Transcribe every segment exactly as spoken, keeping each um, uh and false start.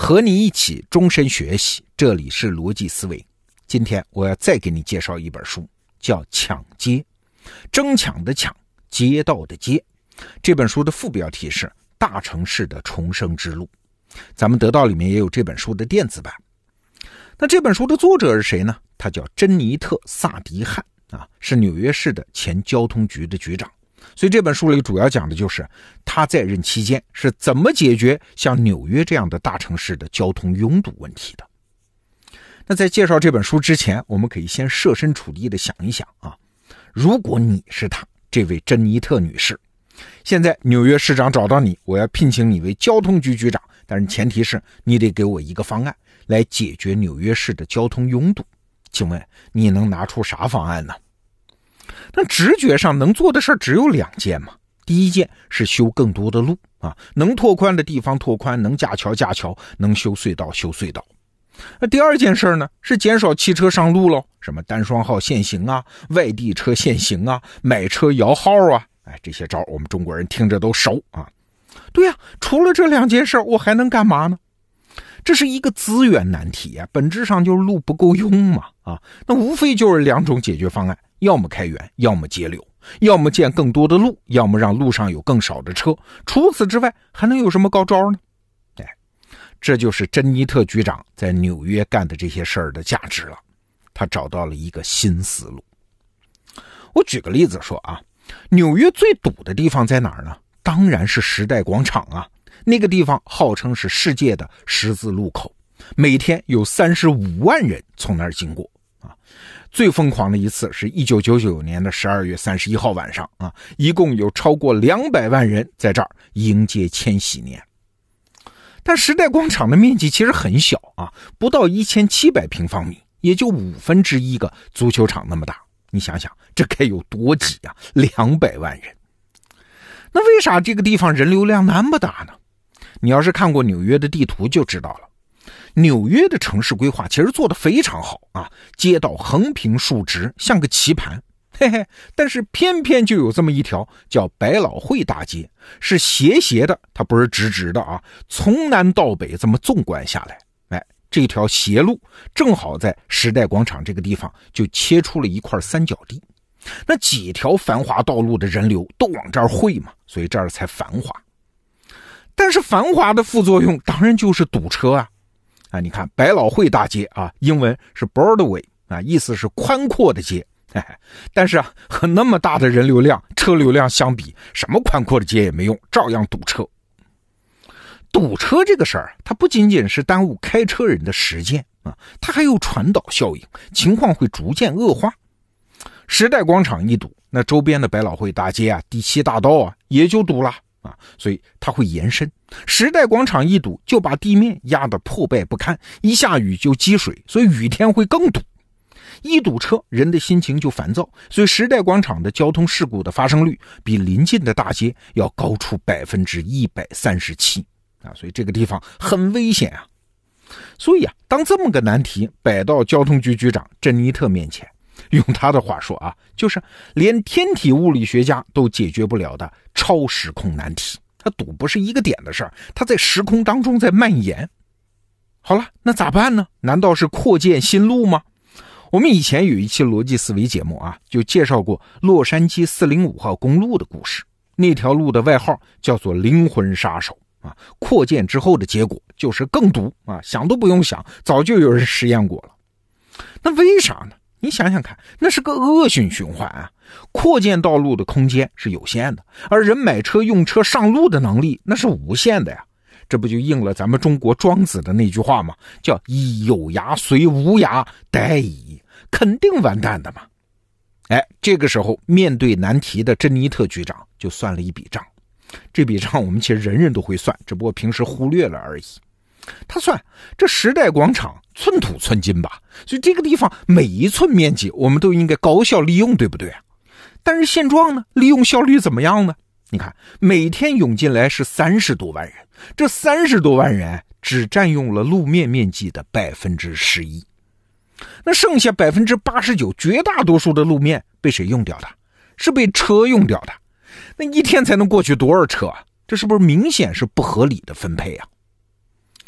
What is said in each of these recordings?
和你一起终身学习，这里是逻辑思维。今天我要再给你介绍一本书，叫《抢街》，争抢的抢，街道的街。这本书的副标题是《大城市的重生之路》。咱们得到里面也有这本书的电子版。那这本书的作者是谁呢？他叫珍妮特·萨迪汉啊，是纽约市的前交通局的局长。所以这本书里主要讲的就是他在任期间是怎么解决像纽约这样的大城市的交通拥堵问题的。那在介绍这本书之前，我们可以先设身处地的想一想啊，如果你是他这位珍妮特女士，现在纽约市长找到你，我要聘请你为交通局局长，但是前提是你得给我一个方案来解决纽约市的交通拥堵。请问你能拿出啥方案呢？那直觉上能做的事只有两件嘛。第一件是修更多的路啊，能拓宽的地方拓宽，能架桥架桥，能修隧道修隧道。那第二件事呢，是减少汽车上路咯，什么单双号限行啊，外地车限行啊，买车摇号啊，哎，这些招我们中国人听着都熟啊。对呀、啊，除了这两件事我还能干嘛呢？这是一个资源难题啊，本质上就是路不够用嘛啊，那无非就是两种解决方案，要么开源，要么节流，要么建更多的路，要么让路上有更少的车。除此之外还能有什么高招呢？哎，这就是珍妮特局长在纽约干的这些事儿的价值了。他找到了一个新思路。我举个例子说啊，纽约最堵的地方在哪儿呢？当然是时代广场啊。那个地方号称是世界的十字路口，每天有三十五万人从那儿经过啊。最疯狂的一次是一九九九年的十二月三十一号晚上啊，一共有超过两百万人在这儿迎接千禧年。但时代广场的面积其实很小啊，不到一千七百平方米，也就五分之一个足球场那么大。你想想，这该有多挤啊，两百万人。那为啥这个地方人流量那么大呢？你要是看过纽约的地图就知道了。纽约的城市规划其实做得非常好啊，街道横平竖直，像个棋盘。嘿嘿，但是偏偏就有这么一条叫百老汇大街，是斜斜的，它不是直直的啊，从南到北这么纵贯下来。哎，这条斜路正好在时代广场这个地方就切出了一块三角地。那几条繁华道路的人流都往这儿汇嘛，所以这儿才繁华。但是繁华的副作用当然就是堵车啊！啊，你看百老汇大街啊，英文是 Broadway 啊，意思是宽阔的街。嘿嘿，但是啊，和那么大的人流量、车流量相比，什么宽阔的街也没用，照样堵车。堵车这个事儿，它不仅仅是耽误开车人的时间啊，它还有传导效应，情况会逐渐恶化。时代广场一堵，那周边的百老汇大街啊、第七大道啊也就堵了。啊，所以它会延伸。时代广场一堵，就把地面压得破败不堪，一下雨就积水，所以雨天会更堵。一堵车，人的心情就烦躁，所以时代广场的交通事故的发生率比邻近的大街要高出百分之一百三十七啊，所以这个地方很危险啊。所以啊，当这么个难题摆到交通局局长珍妮特面前，用他的话说啊，就是连天体物理学家都解决不了的超时空难题。它堵不是一个点的事儿，它在时空当中在蔓延。好了，那咋办呢？难道是扩建新路吗？我们以前有一期逻辑思维节目啊，就介绍过洛杉矶四零五号公路的故事。那条路的外号叫做灵魂杀手啊，扩建之后的结果就是更堵啊，想都不用想，早就有人实验过了。那为啥呢？你想想看，那是个恶性循环啊！扩建道路的空间是有限的，而人买车用车上路的能力那是无限的呀。这不就应了咱们中国庄子的那句话吗？叫以有涯随无涯，殆矣，肯定完蛋的嘛。哎，这个时候面对难题的珍妮特局长就算了一笔账。这笔账我们其实人人都会算，只不过平时忽略了而已。他算这时代广场寸土寸金吧，所以这个地方每一寸面积我们都应该高效利用，对不对啊？但是现状呢，利用效率怎么样呢？你看每天涌进来是三十多万人，这三十多万人只占用了路面面积的百分之十一，那剩下百分之八十九，绝大多数的路面被谁用掉的？是被车用掉的。那一天才能过去多少车啊？这是不是明显是不合理的分配啊？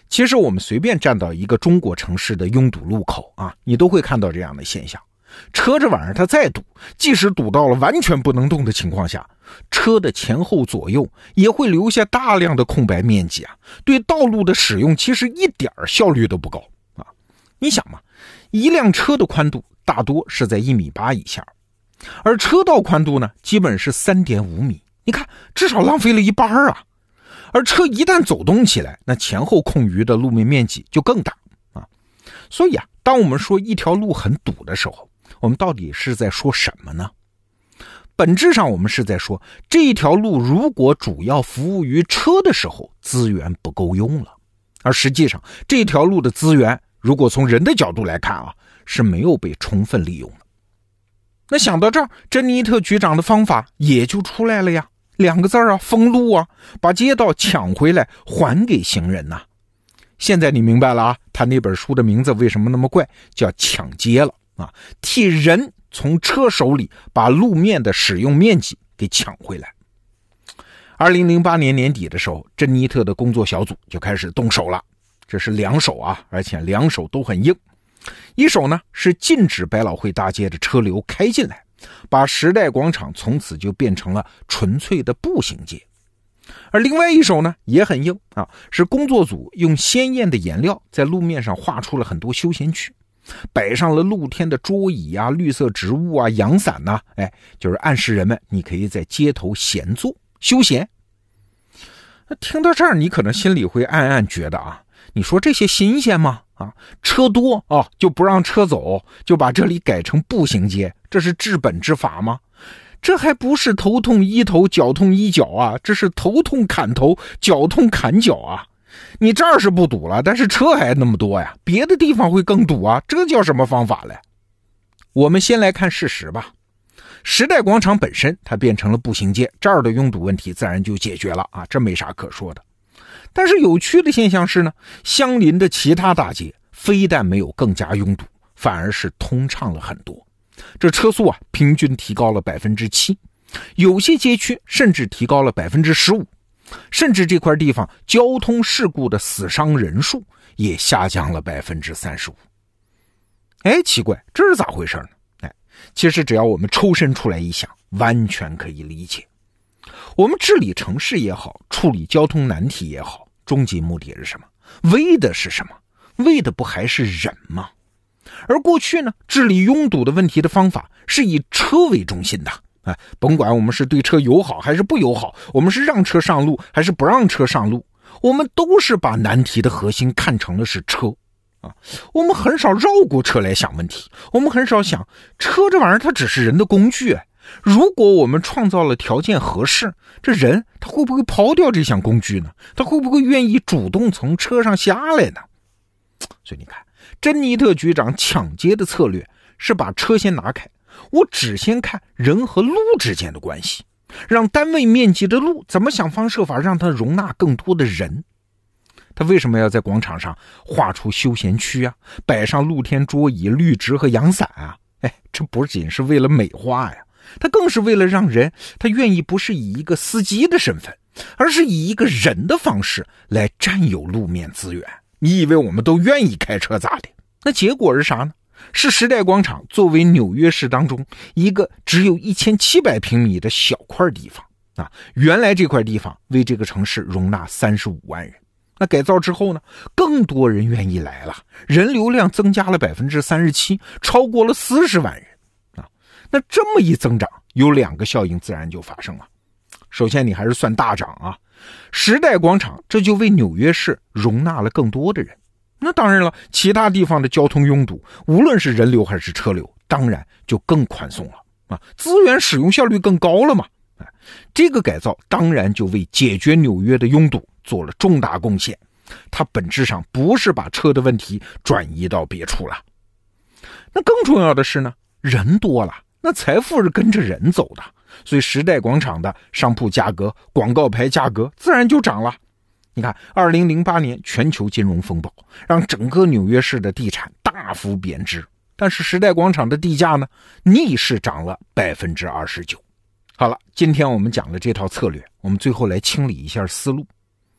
其实我们随便站到一个中国城市的拥堵路口啊，你都会看到这样的现象。车这玩意儿它再堵，即使堵到了完全不能动的情况下，车的前后左右也会留下大量的空白面积啊，对道路的使用其实一点效率都不高啊。你想嘛，一辆车的宽度大多是在一米八以下，而车道宽度呢，基本是 三点五米，你看至少浪费了一半啊。而车一旦走动起来，那前后空余的路面面积就更大啊。所以啊，当我们说一条路很堵的时候，我们到底是在说什么呢？本质上我们是在说，这一条路如果主要服务于车的时候，资源不够用了。而实际上，这条路的资源，如果从人的角度来看啊，是没有被充分利用的。那想到这儿，珍妮特局长的方法也就出来了呀，两个字啊，封路啊，把街道抢回来，还给行人呐、啊。现在你明白了啊，他那本书的名字为什么那么怪，叫抢街了。啊，替人从车手里把路面的使用面积给抢回来。二零零八年年底的时候，珍妮特的工作小组就开始动手了，这是两手啊，而且两手都很硬。一手呢是禁止百老汇大街的车流开进来，把时代广场从此就变成了纯粹的步行街。而另外一手呢也很硬啊，是工作组用鲜艳的颜料在路面上画出了很多休闲区，摆上了露天的桌椅啊、绿色植物啊、阳伞呐、啊，哎，就是暗示人们你可以在街头闲坐休闲。那听到这儿，你可能心里会暗暗觉得啊，你说这些新鲜吗？啊，车多啊就不让车走，就把这里改成步行街，这是治本之法吗？这还不是头痛医头，脚痛医脚啊，这是头痛砍头，脚痛砍脚啊。你这儿是不堵了，但是车还那么多呀，别的地方会更堵啊，这叫什么方法嘞？我们先来看事实吧。时代广场本身它变成了步行街，这儿的拥堵问题自然就解决了啊，这没啥可说的。但是有趣的现象是呢，相邻的其他大街非但没有更加拥堵，反而是通畅了很多。这车速啊，平均提高了 百分之七， 有些街区甚至提高了 百分之十五，甚至这块地方交通事故的死伤人数也下降了 百分之三十五。 哎，奇怪，这是咋回事呢？哎，其实只要我们抽身出来一想，完全可以理解。我们治理城市也好，处理交通难题也好，终极目的是什么？为的是什么？为的不还是人吗？而过去呢，治理拥堵的问题的方法是以车为中心的。哎，甭管我们是对车友好还是不友好，我们是让车上路还是不让车上路，我们都是把难题的核心看成了是车啊。我们很少绕过车来想问题，我们很少想车这玩意儿它只是人的工具。如果我们创造了条件合适，这人他会不会抛掉这项工具呢？他会不会愿意主动从车上下来呢？所以你看，珍妮特局长抢劫的策略是把车先拿开，我只先看人和路之间的关系，让单位面积的路怎么想方设法让它容纳更多的人。他为什么要在广场上画出休闲区啊，摆上露天桌椅、绿植和阳伞啊？哎，这不仅是为了美化呀，他更是为了让人他愿意不是以一个司机的身份，而是以一个人的方式来占有路面资源。你以为我们都愿意开车咋的？那结果是啥呢？是时代广场作为纽约市当中一个只有一千七百平米的小块地方啊，原来这块地方为这个城市容纳三十五万人。那改造之后呢，更多人愿意来了，人流量增加了 百分之三十七， 超过了四十万人啊。那这么一增长，有两个效应自然就发生了。首先你还是算大涨啊，时代广场这就为纽约市容纳了更多的人。那当然了，其他地方的交通拥堵，无论是人流还是车流，当然就更宽松了啊，资源使用效率更高了嘛。哎，这个改造当然就为解决纽约的拥堵做了重大贡献。它本质上不是把车的问题转移到别处了。那更重要的是呢，人多了，那财富是跟着人走的，所以时代广场的商铺价格、广告牌价格自然就涨了。你看二零零八年全球金融风暴让整个纽约市的地产大幅贬值，但是时代广场的地价呢，逆势涨了 百分之二十九。 好了，今天我们讲了这套策略，我们最后来清理一下思路。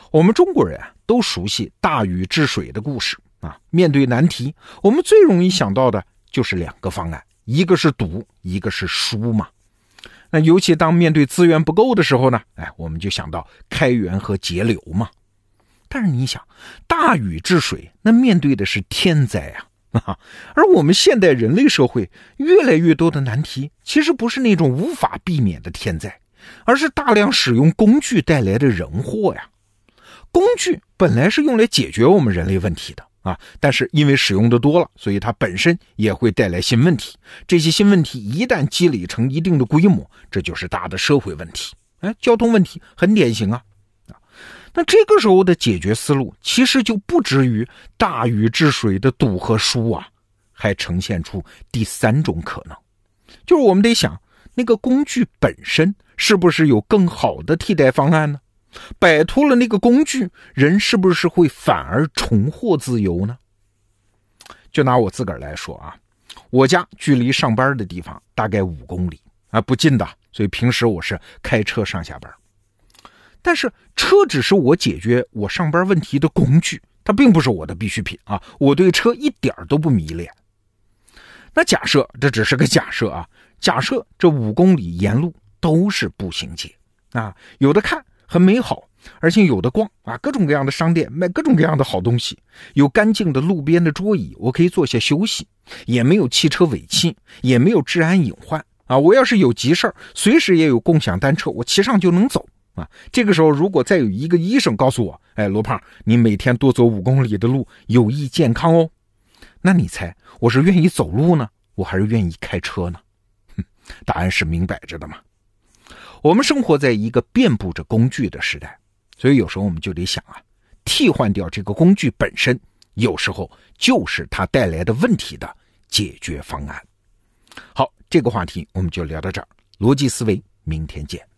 我们中国人啊，都熟悉大禹治水的故事啊。面对难题，我们最容易想到的就是两个方案，一个是堵，一个是疏嘛。那尤其当面对资源不够的时候呢，哎，我们就想到开源和节流嘛。但是你想，大禹治水，那面对的是天灾啊。而我们现代人类社会越来越多的难题，其实不是那种无法避免的天灾，而是大量使用工具带来的人祸呀。工具本来是用来解决我们人类问题的啊，但是因为使用的多了，所以它本身也会带来新问题。这些新问题一旦积累成一定的规模，这就是大的社会问题。哎，交通问题很典型啊。那这个时候的解决思路其实就不止于大禹治水的堵和疏啊，还呈现出第三种可能，就是我们得想，那个工具本身是不是有更好的替代方案呢？摆脱了那个工具，人是不是会反而重获自由呢？就拿我自个儿来说啊，我家距离上班的地方大概五公里啊，不近的，所以平时我是开车上下班。但是车只是我解决我上班问题的工具，它并不是我的必需品啊，我对车一点都不迷恋。那假设，这只是个假设啊，假设这五公里沿路都是步行街啊，有的看很美好，而且有的逛啊，各种各样的商店卖各种各样的好东西，有干净的路边的桌椅，我可以坐下休息，也没有汽车尾气，也没有治安隐患啊。我要是有急事儿，随时也有共享单车，我骑上就能走啊。这个时候如果再有一个医生告诉我，哎，罗胖，你每天多走五公里的路有益健康哦，那你猜我是愿意走路呢，我还是愿意开车呢？哼，答案是明摆着的嘛。我们生活在一个遍布着工具的时代，所以有时候我们就得想啊，替换掉这个工具本身，有时候就是它带来的问题的解决方案。好，这个话题我们就聊到这儿，逻辑思维，明天见。